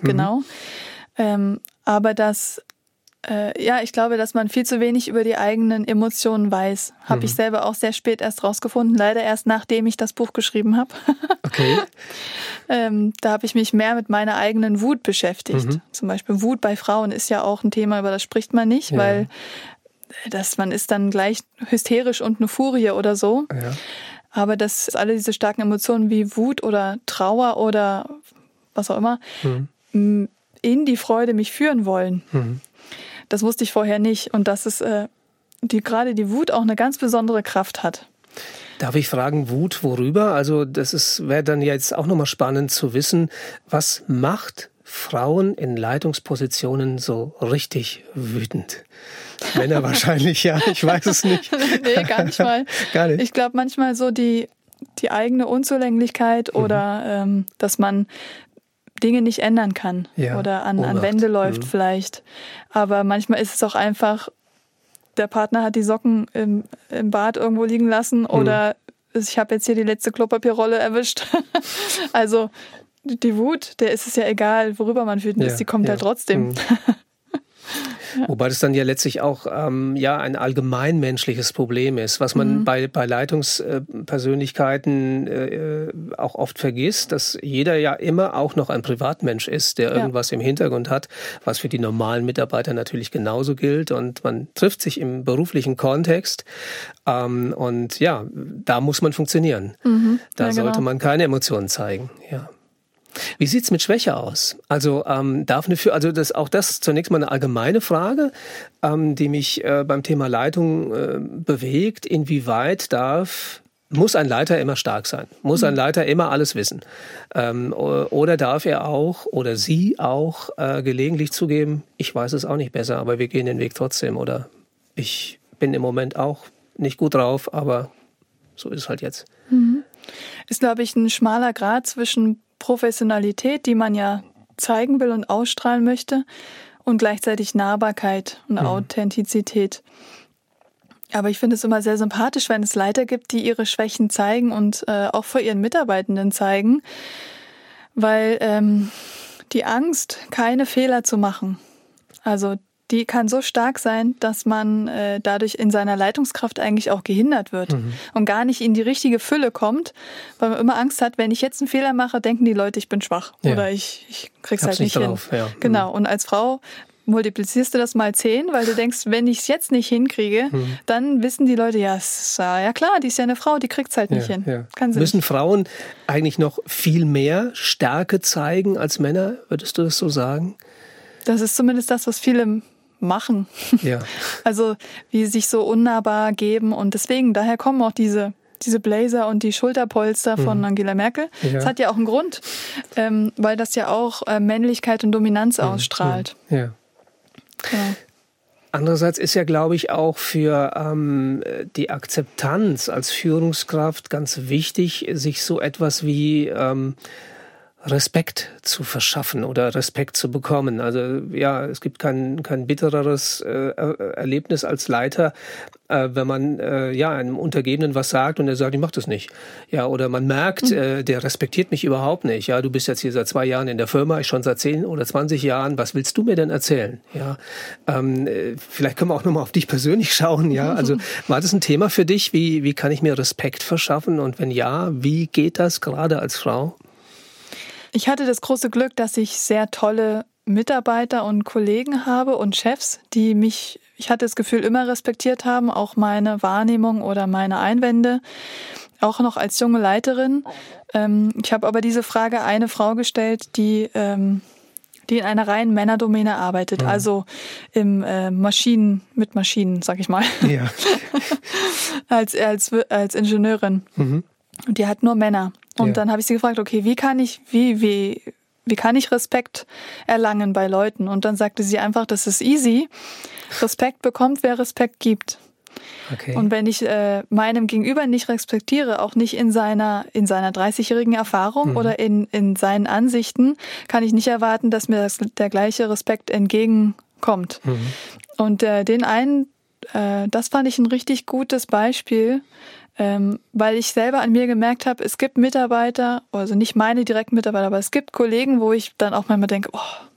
S3: Aber das ich glaube, dass man viel zu wenig über die eigenen Emotionen weiß. Habe ich selber auch sehr spät erst rausgefunden. Leider erst nachdem ich das Buch geschrieben habe. Okay. Da habe ich mich mehr mit meiner eigenen Wut beschäftigt. Zum Beispiel Wut bei Frauen ist ja auch ein Thema, über das spricht man nicht, weil man ist dann gleich hysterisch und eine Furie oder so. Ja. Aber dass alle diese starken Emotionen wie Wut oder Trauer oder was auch immer in die Freude mich führen wollen. Das wusste ich vorher nicht. Und dass es gerade die Wut auch eine ganz besondere Kraft hat.
S2: Darf ich fragen, Wut worüber? Also wäre dann jetzt auch nochmal spannend zu wissen, was macht Frauen in Leitungspositionen so richtig wütend? Männer wahrscheinlich, ja, ich weiß es nicht.
S3: Nee, gar nicht mal.
S2: Gar nicht.
S3: Ich glaube manchmal so die eigene Unzulänglichkeit oder dass man Dinge nicht ändern kann oder an Wände läuft vielleicht. Aber manchmal ist es auch einfach, der Partner hat die Socken im Bad irgendwo liegen lassen oder ich habe jetzt hier die letzte Klopapierrolle erwischt. Also die Wut, der ist es ja egal, worüber man wütend ist, die kommt halt trotzdem.
S2: Wobei das dann ja letztlich auch ein allgemeinmenschliches Problem ist, was man bei Leitungspersönlichkeiten auch oft vergisst, dass jeder ja immer auch noch ein Privatmensch ist, der irgendwas im Hintergrund hat, was für die normalen Mitarbeiter natürlich genauso gilt. Und man trifft sich im beruflichen Kontext und da muss man funktionieren. Da sollte man keine Emotionen zeigen, ja. Wie sieht's mit Schwäche aus? Also das zunächst mal eine allgemeine Frage, die mich beim Thema Leitung bewegt. Inwieweit muss ein Leiter immer stark sein? Muss ein Leiter immer alles wissen? Oder darf er auch oder sie auch gelegentlich zugeben, ich weiß es auch nicht besser, aber wir gehen den Weg trotzdem. Oder ich bin im Moment auch nicht gut drauf, aber so ist es halt jetzt.
S3: Ist, glaube ich, ein schmaler Grat zwischen Professionalität, die man ja zeigen will und ausstrahlen möchte, und gleichzeitig Nahbarkeit und Authentizität. Aber ich finde es immer sehr sympathisch, wenn es Leiter gibt, die ihre Schwächen zeigen und auch vor ihren Mitarbeitenden zeigen, weil die Angst, keine Fehler zu machen, also die kann so stark sein, dass man dadurch in seiner Leitungskraft eigentlich auch gehindert wird und gar nicht in die richtige Fülle kommt, weil man immer Angst hat, wenn ich jetzt einen Fehler mache, denken die Leute, ich bin schwach oder ich krieg's halt nicht hin.
S2: Ja.
S3: Genau, und als Frau multiplizierst du das mal 10, weil du denkst, wenn ich es jetzt nicht hinkriege, dann wissen die Leute, ja klar, die ist ja eine Frau, die kriegt's halt nicht hin.
S2: Ja.
S3: Kann sie
S2: Müssen
S3: nicht.
S2: Frauen eigentlich noch viel mehr Stärke zeigen als Männer? Würdest du das so sagen?
S3: Das ist zumindest das, was viele machen.
S2: Ja.
S3: Also wie sich so unnahbar geben, und daher kommen auch diese Blazer und die Schulterpolster von Angela Merkel. Das hat ja auch einen Grund, weil das ja auch Männlichkeit und Dominanz ausstrahlt.
S2: Ja.
S3: Genau.
S2: Andererseits ist ja, glaube ich, auch für die Akzeptanz als Führungskraft ganz wichtig, sich so etwas wie Respekt zu verschaffen oder Respekt zu bekommen. Also es gibt kein bittereres Erlebnis als Leiter, wenn man einem Untergebenen was sagt und er sagt, ich mach das nicht. Ja, oder man merkt, der respektiert mich überhaupt nicht. Ja, du bist jetzt hier seit 2 Jahren in der Firma, ich schon seit 10 oder 20 Jahren. Was willst du mir denn erzählen? Ja, vielleicht können wir auch nochmal auf dich persönlich schauen. Ja, also war das ein Thema für dich? Wie kann ich mir Respekt verschaffen? Und wenn ja, wie geht das gerade als Frau?
S3: Ich hatte das große Glück, dass ich sehr tolle Mitarbeiter und Kollegen habe und Chefs, die mich, ich hatte das Gefühl, immer respektiert haben, auch meine Wahrnehmung oder meine Einwände, auch noch als junge Leiterin. Ich habe aber diese Frage eine Frau gestellt, die in einer reinen Männerdomäne arbeitet, also im mit Maschinen, sag ich mal,
S2: ja.
S3: als Ingenieurin. Und die hat nur Männer. Und dann habe ich sie gefragt, okay, wie kann ich Respekt erlangen bei Leuten? Und dann sagte sie einfach, das ist easy. Respekt bekommt, wer Respekt gibt.
S2: Okay.
S3: Und wenn ich meinem Gegenüber nicht respektiere, auch nicht in seiner 30-jährigen Erfahrung oder in seinen Ansichten, kann ich nicht erwarten, dass mir der gleiche Respekt entgegenkommt. Und das fand ich ein richtig gutes Beispiel, weil ich selber an mir gemerkt habe, es gibt Mitarbeiter, also nicht meine direkten Mitarbeiter, aber es gibt Kollegen, wo ich dann auch manchmal denke,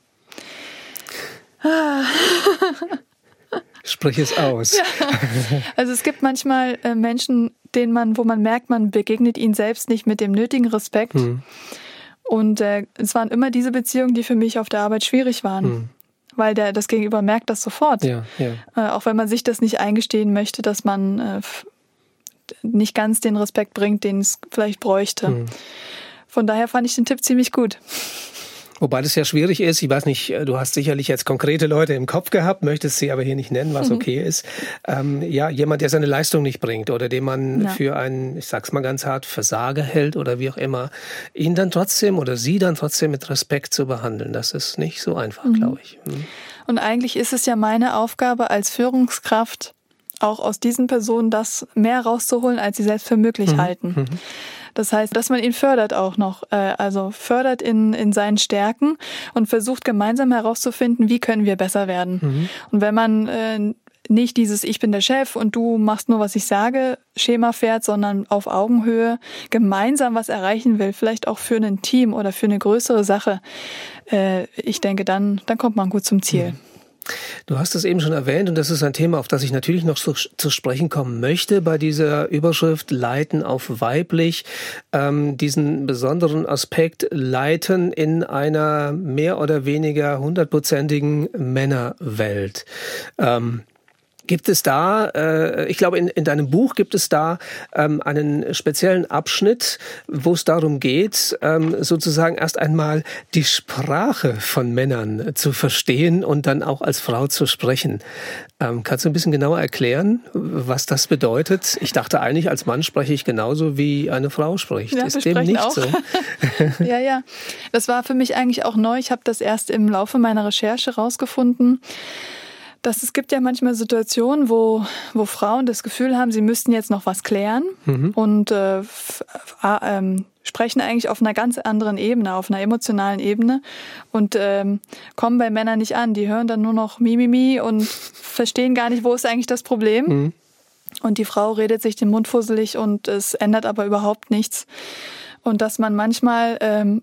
S2: Sprich es aus.
S3: Ja. Also es gibt manchmal Menschen, wo man merkt, man begegnet ihnen selbst nicht mit dem nötigen Respekt. Und es waren immer diese Beziehungen, die für mich auf der Arbeit schwierig waren. Weil das Gegenüber merkt das sofort.
S2: Ja.
S3: Auch wenn man sich das nicht eingestehen möchte, dass man nicht ganz den Respekt bringt, den es vielleicht bräuchte. Von daher fand ich den Tipp ziemlich gut.
S2: Wobei das ja schwierig ist. Ich weiß nicht, du hast sicherlich jetzt konkrete Leute im Kopf gehabt, möchtest sie aber hier nicht nennen, was okay ist. Jemand, der seine Leistung nicht bringt oder den man für einen, ich sag's mal ganz hart, Versager hält oder wie auch immer, ihn dann trotzdem oder sie dann trotzdem mit Respekt zu behandeln. Das ist nicht so einfach, glaube ich.
S3: Und eigentlich ist es ja meine Aufgabe als Führungskraft, auch aus diesen Personen das mehr rauszuholen, als sie selbst für möglich halten. Das heißt, dass man ihn fördert auch noch, also fördert in seinen Stärken und versucht gemeinsam herauszufinden, wie können wir besser werden. Und wenn man nicht dieses Ich bin der Chef und du machst nur, was ich sage, Schema fährt, sondern auf Augenhöhe gemeinsam was erreichen will, vielleicht auch für ein Team oder für eine größere Sache, ich denke, dann kommt man gut zum Ziel.
S2: Du hast es eben schon erwähnt und das ist ein Thema, auf das ich natürlich noch zu sprechen kommen möchte bei dieser Überschrift Leiten auf weiblich, diesen besonderen Aspekt Leiten in einer mehr oder weniger 100%igen Männerwelt. Gibt es da, ich glaube, in deinem Buch gibt es da einen speziellen Abschnitt, wo es darum geht, sozusagen erst einmal die Sprache von Männern zu verstehen und dann auch als Frau zu sprechen. Kannst du ein bisschen genauer erklären, was das bedeutet? Ich dachte eigentlich, als Mann spreche ich genauso, wie eine Frau spricht.
S3: Ja,
S2: ist dem nicht auch so?
S3: Ja. Das war für mich eigentlich auch neu. Ich habe das erst im Laufe meiner Recherche rausgefunden, dass es gibt ja manchmal Situationen, wo Frauen das Gefühl haben, sie müssten jetzt noch was klären und sprechen eigentlich auf einer ganz anderen Ebene, auf einer emotionalen Ebene und kommen bei Männern nicht an. Die hören dann nur noch Mimimi und verstehen gar nicht, wo ist eigentlich das Problem. Und die Frau redet sich den Mund fusselig und es ändert aber überhaupt nichts. Und dass man manchmal,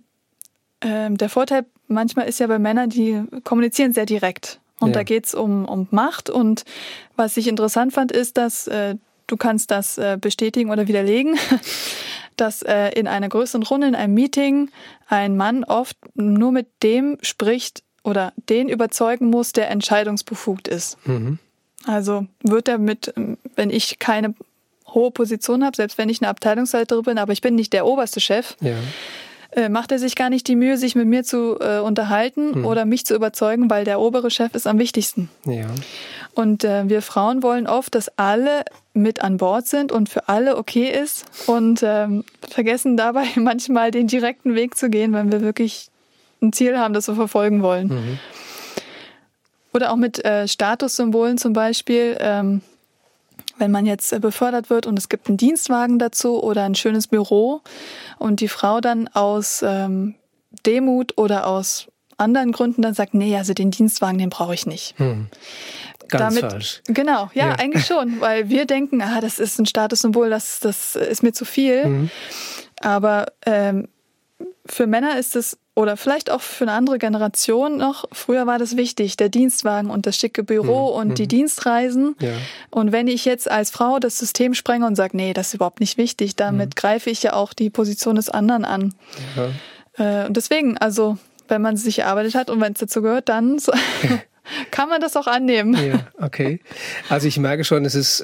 S3: der Vorteil manchmal ist ja bei Männern, die kommunizieren sehr direkt. Und da geht's um Macht. Und was ich interessant fand, ist, dass du kannst das bestätigen oder widerlegen, dass in einer größeren Runde, in einem Meeting, ein Mann oft nur mit dem spricht oder den überzeugen muss, der entscheidungsbefugt ist. Also wird er wenn ich keine hohe Position habe, selbst wenn ich eine Abteilungsleiterin bin, aber ich bin nicht der oberste Chef, macht er sich gar nicht die Mühe, sich mit mir zu unterhalten oder mich zu überzeugen, weil der obere Chef ist am wichtigsten. Ja. Und wir Frauen wollen oft, dass alle mit an Bord sind und für alle okay ist und vergessen dabei manchmal den direkten Weg zu gehen, wenn wir wirklich ein Ziel haben, das wir verfolgen wollen. Oder auch mit Statussymbolen zum Beispiel, wenn man jetzt befördert wird und es gibt einen Dienstwagen dazu oder ein schönes Büro und die Frau dann aus Demut oder aus anderen Gründen dann sagt, nee, also den Dienstwagen, den brauche ich nicht.
S2: Ganz falsch.
S3: Genau, ja, eigentlich schon, weil wir denken, das ist ein Statussymbol, das ist mir zu viel. Aber für Männer ist es, oder vielleicht auch für eine andere Generation noch, früher war das wichtig, der Dienstwagen und das schicke Büro und die Dienstreisen. Ja. Und wenn ich jetzt als Frau das System sprenge und sage, nee, das ist überhaupt nicht wichtig, damit greife ich ja auch die Position des anderen an. Und deswegen, also wenn man es sich erarbeitet hat und wenn es dazu gehört, dann kann man das auch annehmen.
S2: Ja, okay. Also ich merke schon, es ist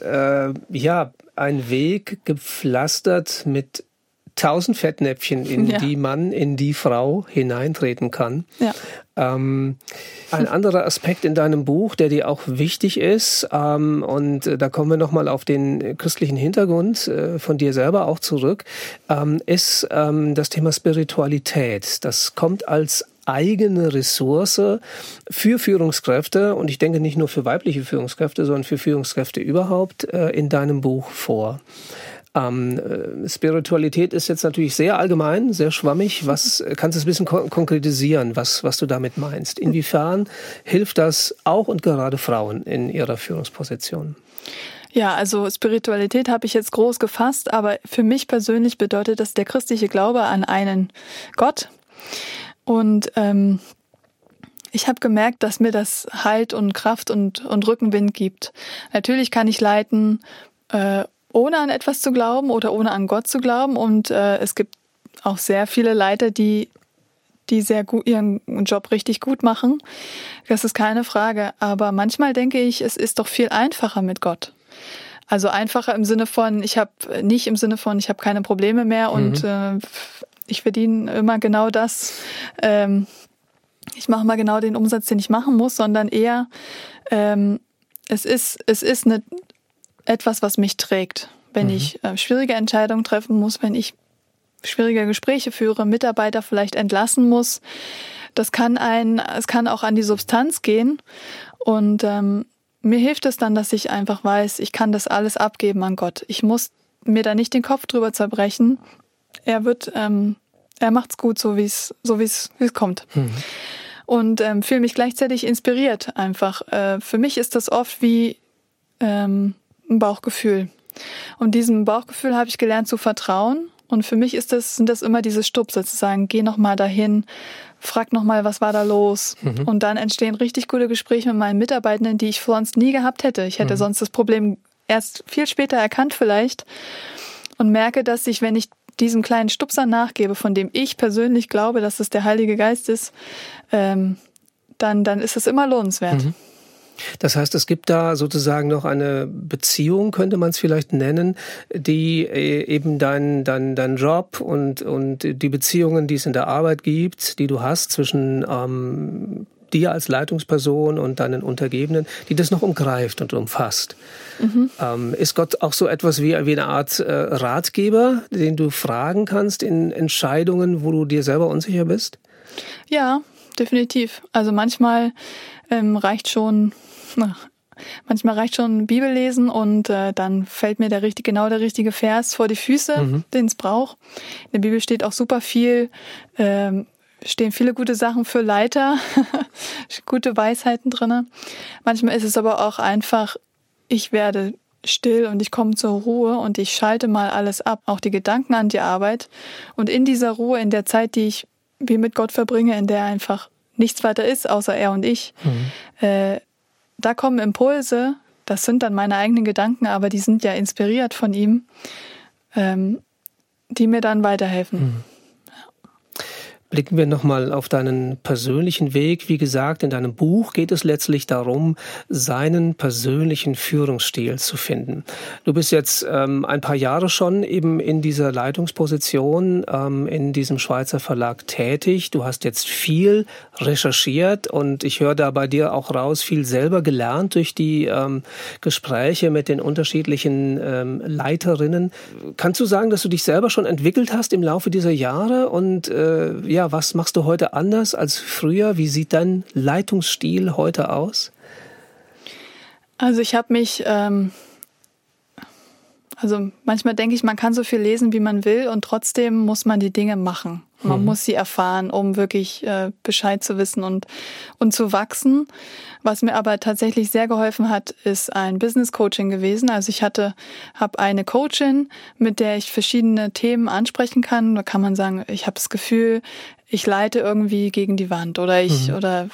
S2: ein Weg gepflastert mit 1000 Fettnäpfchen, in die man, in die Frau hineintreten kann. Ja. Ein anderer Aspekt in deinem Buch, der dir auch wichtig ist, und da kommen wir nochmal auf den christlichen Hintergrund von dir selber auch zurück, ist das Thema Spiritualität. Das kommt als eigene Ressource für Führungskräfte und ich denke nicht nur für weibliche Führungskräfte, sondern für Führungskräfte überhaupt in deinem Buch vor. Spiritualität ist jetzt natürlich sehr allgemein, sehr schwammig. Was kannst du ein bisschen konkretisieren, was du damit meinst? Inwiefern hilft das auch und gerade Frauen in ihrer Führungsposition?
S3: Ja, also Spiritualität habe ich jetzt groß gefasst, aber für mich persönlich bedeutet das der christliche Glaube an einen Gott. Und ich habe gemerkt, dass mir das Halt und Kraft und Rückenwind gibt. Natürlich kann ich leiten, ohne an etwas zu glauben oder ohne an Gott zu glauben. Und es gibt auch sehr viele Leiter, die sehr gut ihren Job richtig gut machen. Das ist keine Frage. Aber manchmal denke ich, es ist doch viel einfacher mit Gott. Also einfacher im Sinne von, ich habe keine Probleme mehr und ich verdiene immer genau das, ich mache mal genau den Umsatz, den ich machen muss, sondern eher, es ist etwas, was mich trägt. Wenn ich schwierige Entscheidungen treffen muss, wenn ich schwierige Gespräche führe, Mitarbeiter vielleicht entlassen muss, es kann auch an die Substanz gehen. Und mir hilft es dann, dass ich einfach weiß, ich kann das alles abgeben an Gott. Ich muss mir da nicht den Kopf drüber zerbrechen. Er macht's gut, so wie es kommt. Und fühle mich gleichzeitig inspiriert einfach. Für mich ist das oft wie ein Bauchgefühl. Und diesem Bauchgefühl habe ich gelernt zu vertrauen. Und für mich sind das immer diese Stupser, zu sagen, geh noch mal dahin, frag noch mal, was war da los? Und dann entstehen richtig gute Gespräche mit meinen Mitarbeitenden, die ich sonst nie gehabt hätte. Ich hätte sonst das Problem erst viel später erkannt vielleicht und merke, dass wenn ich diesem kleinen Stupser nachgebe, von dem ich persönlich glaube, dass es der Heilige Geist ist, dann ist es immer lohnenswert.
S2: Das heißt, es gibt da sozusagen noch eine Beziehung, könnte man es vielleicht nennen, die eben dein Job und die Beziehungen, die es in der Arbeit gibt, die du hast zwischen dir als Leitungsperson und deinen Untergebenen, die das noch umgreift und umfasst. Ist Gott auch so etwas wie eine Art Ratgeber, den du fragen kannst in Entscheidungen, wo du dir selber unsicher bist?
S3: Ja, definitiv. Also manchmal reicht schon Bibellesen und dann fällt mir der richtige Vers vor die Füße, den es braucht. In der Bibel steht auch super viel, stehen viele gute Sachen für Leiter, gute Weisheiten drin. Manchmal ist es aber auch einfach, ich werde still und ich komme zur Ruhe und ich schalte mal alles ab, auch die Gedanken an die Arbeit. Und in dieser Ruhe, in der Zeit, die ich wie mit Gott verbringe, in der einfach nichts weiter ist, außer er und ich, da kommen Impulse, das sind dann meine eigenen Gedanken, aber die sind ja inspiriert von ihm, die mir dann weiterhelfen.
S2: Blicken wir nochmal auf deinen persönlichen Weg. Wie gesagt, in deinem Buch geht es letztlich darum, seinen persönlichen Führungsstil zu finden. Du bist jetzt ein paar Jahre schon eben in dieser Leitungsposition in diesem Schweizer Verlag tätig. Du hast jetzt viel recherchiert und ich höre da bei dir auch raus, viel selber gelernt durch die Gespräche mit den unterschiedlichen Leiterinnen. Kannst du sagen, dass du dich selber schon entwickelt hast im Laufe dieser Jahre und was machst du heute anders als früher? Wie sieht dein Leitungsstil heute aus?
S3: Also ich habe mich, manchmal denke ich, man kann so viel lesen, wie man will und trotzdem muss man die Dinge machen. Man muss sie erfahren, um wirklich Bescheid zu wissen und zu wachsen. Was mir aber tatsächlich sehr geholfen hat, ist ein Business Coaching gewesen. Also ich habe eine Coachin, mit der ich verschiedene Themen ansprechen kann. Da kann man sagen, ich habe das Gefühl, ich leite irgendwie gegen die Wand oder ich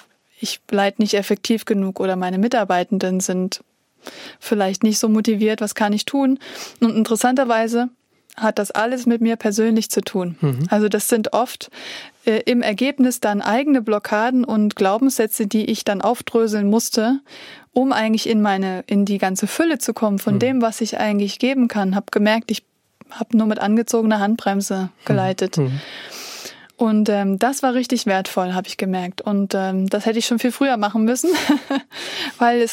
S3: leite nicht effektiv genug oder meine Mitarbeitenden sind vielleicht nicht so motiviert. Was kann ich tun? Und interessanterweise hat das alles mit mir persönlich zu tun. Also das sind oft im Ergebnis dann eigene Blockaden und Glaubenssätze, die ich dann aufdröseln musste, um eigentlich in die ganze Fülle zu kommen von dem, was ich eigentlich geben kann. Habe gemerkt, ich habe nur mit angezogener Handbremse geleitet. Und das war richtig wertvoll, habe ich gemerkt. Und das hätte ich schon viel früher machen müssen, weil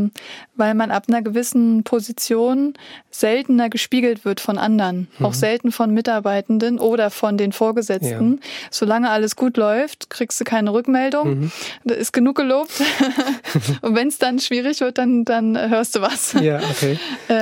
S3: man ab einer gewissen Position seltener gespiegelt wird von anderen, auch selten von Mitarbeitenden oder von den Vorgesetzten. Ja. Solange alles gut läuft, kriegst du keine Rückmeldung. Da ist genug gelobt. Und wenn es dann schwierig wird, dann hörst du was. Ja, okay.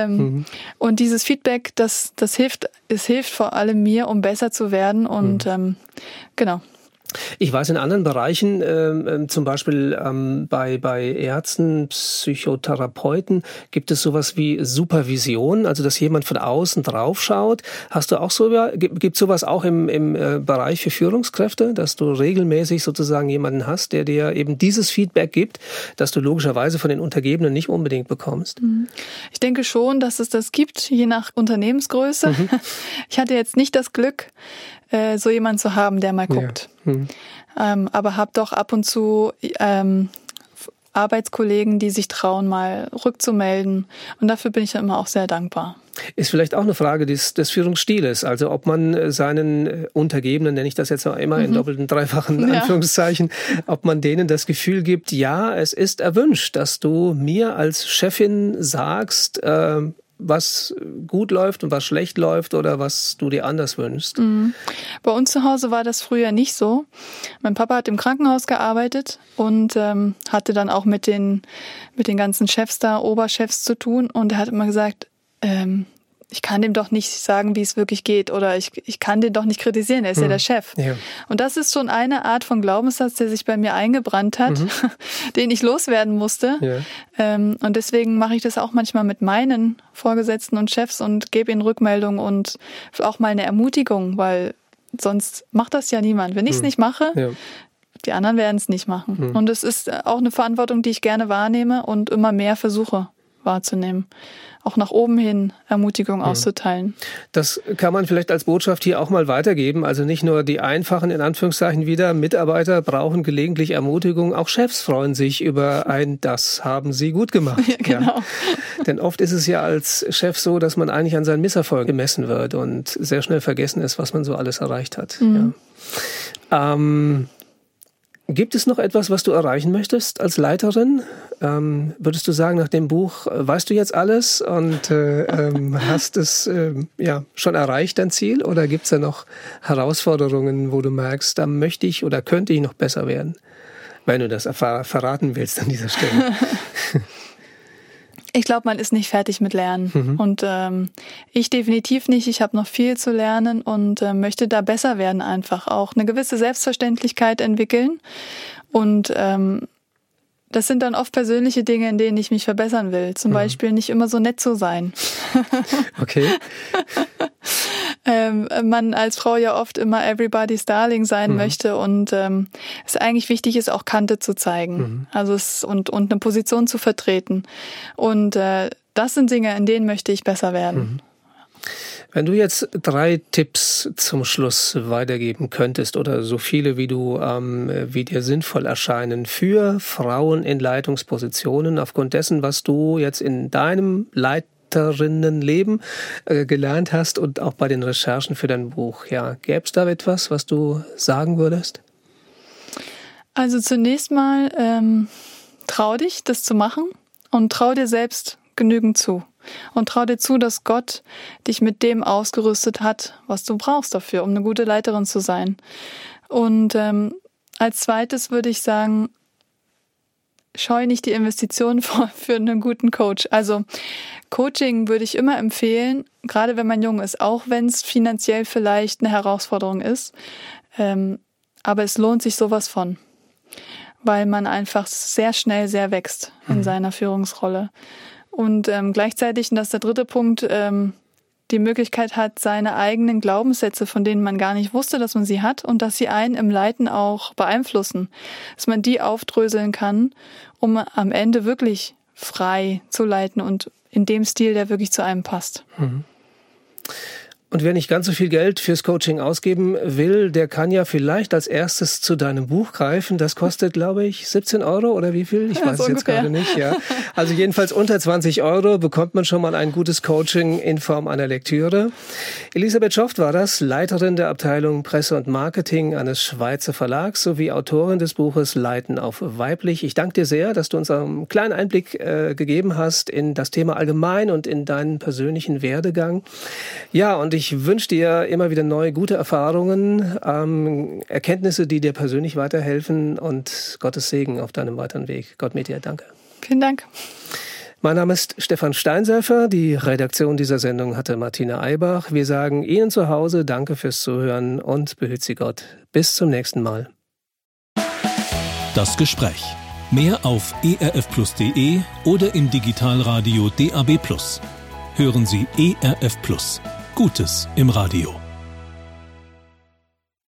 S3: Und dieses Feedback, das hilft vor allem mir, um besser zu werden und genau.
S2: Ich weiß, in anderen Bereichen, zum Beispiel bei Ärzten, Psychotherapeuten, gibt es sowas wie Supervision, also dass jemand von außen drauf schaut. Hast du auch gibt sowas auch im Bereich für Führungskräfte, dass du regelmäßig sozusagen jemanden hast, der dir eben dieses Feedback gibt, das du logischerweise von den Untergebenen nicht unbedingt bekommst?
S3: Ich denke schon, dass es das gibt, je nach Unternehmensgröße. Ich hatte jetzt nicht das Glück, so jemanden zu haben, der mal guckt. Aber habe doch ab und zu Arbeitskollegen, die sich trauen, mal rückzumelden. Und dafür bin ich dann immer auch sehr dankbar.
S2: Ist vielleicht auch eine Frage des Führungsstiles, also ob man seinen Untergebenen, nenne ich das jetzt auch immer in doppelten, dreifachen Anführungszeichen, ob man denen das Gefühl gibt, ja, es ist erwünscht, dass du mir als Chefin sagst, was gut läuft und was schlecht läuft oder was du dir anders wünschst.
S3: Bei uns zu Hause war das früher nicht so. Mein Papa hat im Krankenhaus gearbeitet und hatte dann auch mit den ganzen Chefs da, Oberchefs zu tun, und er hat immer gesagt, ich kann dem doch nicht sagen, wie es wirklich geht, oder ich kann den doch nicht kritisieren, er ist ja der Chef. Ja. Und das ist schon eine Art von Glaubenssatz, der sich bei mir eingebrannt hat, den ich loswerden musste. Ja. Und deswegen mache ich das auch manchmal mit meinen Vorgesetzten und Chefs und gebe ihnen Rückmeldung und auch mal eine Ermutigung, weil sonst macht das ja niemand. Wenn ich es nicht mache, die anderen werden es nicht machen. Und es ist auch eine Verantwortung, die ich gerne wahrnehme und immer mehr versuche wahrzunehmen. Auch nach oben hin Ermutigung auszuteilen. Das
S2: kann man vielleicht als Botschaft hier auch mal weitergeben. Also nicht nur die einfachen, in Anführungszeichen wieder, Mitarbeiter brauchen gelegentlich Ermutigung. Auch Chefs freuen sich über ein, das haben sie gut gemacht. Ja, genau. Ja. Denn oft ist es ja als Chef so, dass man eigentlich an seinen Misserfolgen gemessen wird und sehr schnell vergessen ist, was man so alles erreicht hat. Ja. Gibt es noch etwas, was du erreichen möchtest als Leiterin? Würdest du sagen, nach dem Buch weißt du jetzt alles und hast es schon erreicht, dein Ziel? Oder gibt es da noch Herausforderungen, wo du merkst, da möchte ich oder könnte ich noch besser werden? Wenn du das verraten willst an dieser Stelle.
S3: Ich glaube, man ist nicht fertig mit Lernen. Und ich definitiv nicht. Ich habe noch viel zu lernen und möchte da besser werden einfach. Auch eine gewisse Selbstverständlichkeit entwickeln. Und das sind dann oft persönliche Dinge, in denen ich mich verbessern will. Zum Beispiel nicht immer so nett zu sein.
S2: Okay.
S3: Man als Frau ja oft immer everybody's darling sein möchte und es eigentlich wichtig ist, auch Kante zu zeigen, also und eine Position zu vertreten. Und das sind Dinge, in denen möchte ich besser werden.
S2: Wenn du jetzt 3 Tipps zum Schluss weitergeben könntest oder so viele, wie dir sinnvoll erscheinen, für Frauen in Leitungspositionen, aufgrund dessen, was du jetzt in deinem Leiterinnenleben gelernt hast und auch bei den Recherchen für dein Buch, gäbe es da etwas, was du sagen würdest?
S3: Also zunächst mal trau dich, das zu machen, und trau dir selbst genügend zu. Und trau dir zu, dass Gott dich mit dem ausgerüstet hat, was du brauchst dafür, um eine gute Leiterin zu sein. Und als zweites würde ich sagen, scheu nicht die Investitionen für einen guten Coach. Also Coaching würde ich immer empfehlen, gerade wenn man jung ist, auch wenn es finanziell vielleicht eine Herausforderung ist. Aber es lohnt sich sowas von, weil man einfach sehr schnell sehr wächst in seiner Führungsrolle. Und gleichzeitig, und das ist der dritte Punkt, die Möglichkeit hat, seine eigenen Glaubenssätze, von denen man gar nicht wusste, dass man sie hat und dass sie einen im Leiten auch beeinflussen, dass man die aufdröseln kann, um am Ende wirklich frei zu leiten und in dem Stil, der wirklich zu einem passt. Und wer nicht ganz so viel Geld fürs Coaching ausgeben will, der kann ja vielleicht als erstes zu deinem Buch greifen. Das kostet, glaube ich, 17 € oder wie viel? Ich weiß es jetzt gerade nicht. Ja. Also jedenfalls unter 20 € bekommt man schon mal ein gutes Coaching in Form einer Lektüre. Elisabeth Schoft war das, Leiterin der Abteilung Presse und Marketing eines Schweizer Verlags sowie Autorin des Buches Leiten auf weiblich. Ich danke dir sehr, dass du uns einen kleinen Einblick gegeben hast in das Thema allgemein und in deinen persönlichen Werdegang. Ja, und ich wünsche dir immer wieder neue, gute Erfahrungen, Erkenntnisse, die dir persönlich weiterhelfen und Gottes Segen auf deinem weiteren Weg. Gott mit dir, danke. Vielen Dank. Mein Name ist Stefan Steinsäufer. Die Redaktion dieser Sendung hatte Martina Eibach. Wir sagen Ihnen zu Hause danke fürs Zuhören und behüt Sie Gott. Bis zum nächsten Mal.
S1: Das Gespräch. Mehr auf erfplus.de oder im Digitalradio DAB+. Hören Sie ERF Plus. Gutes im Radio.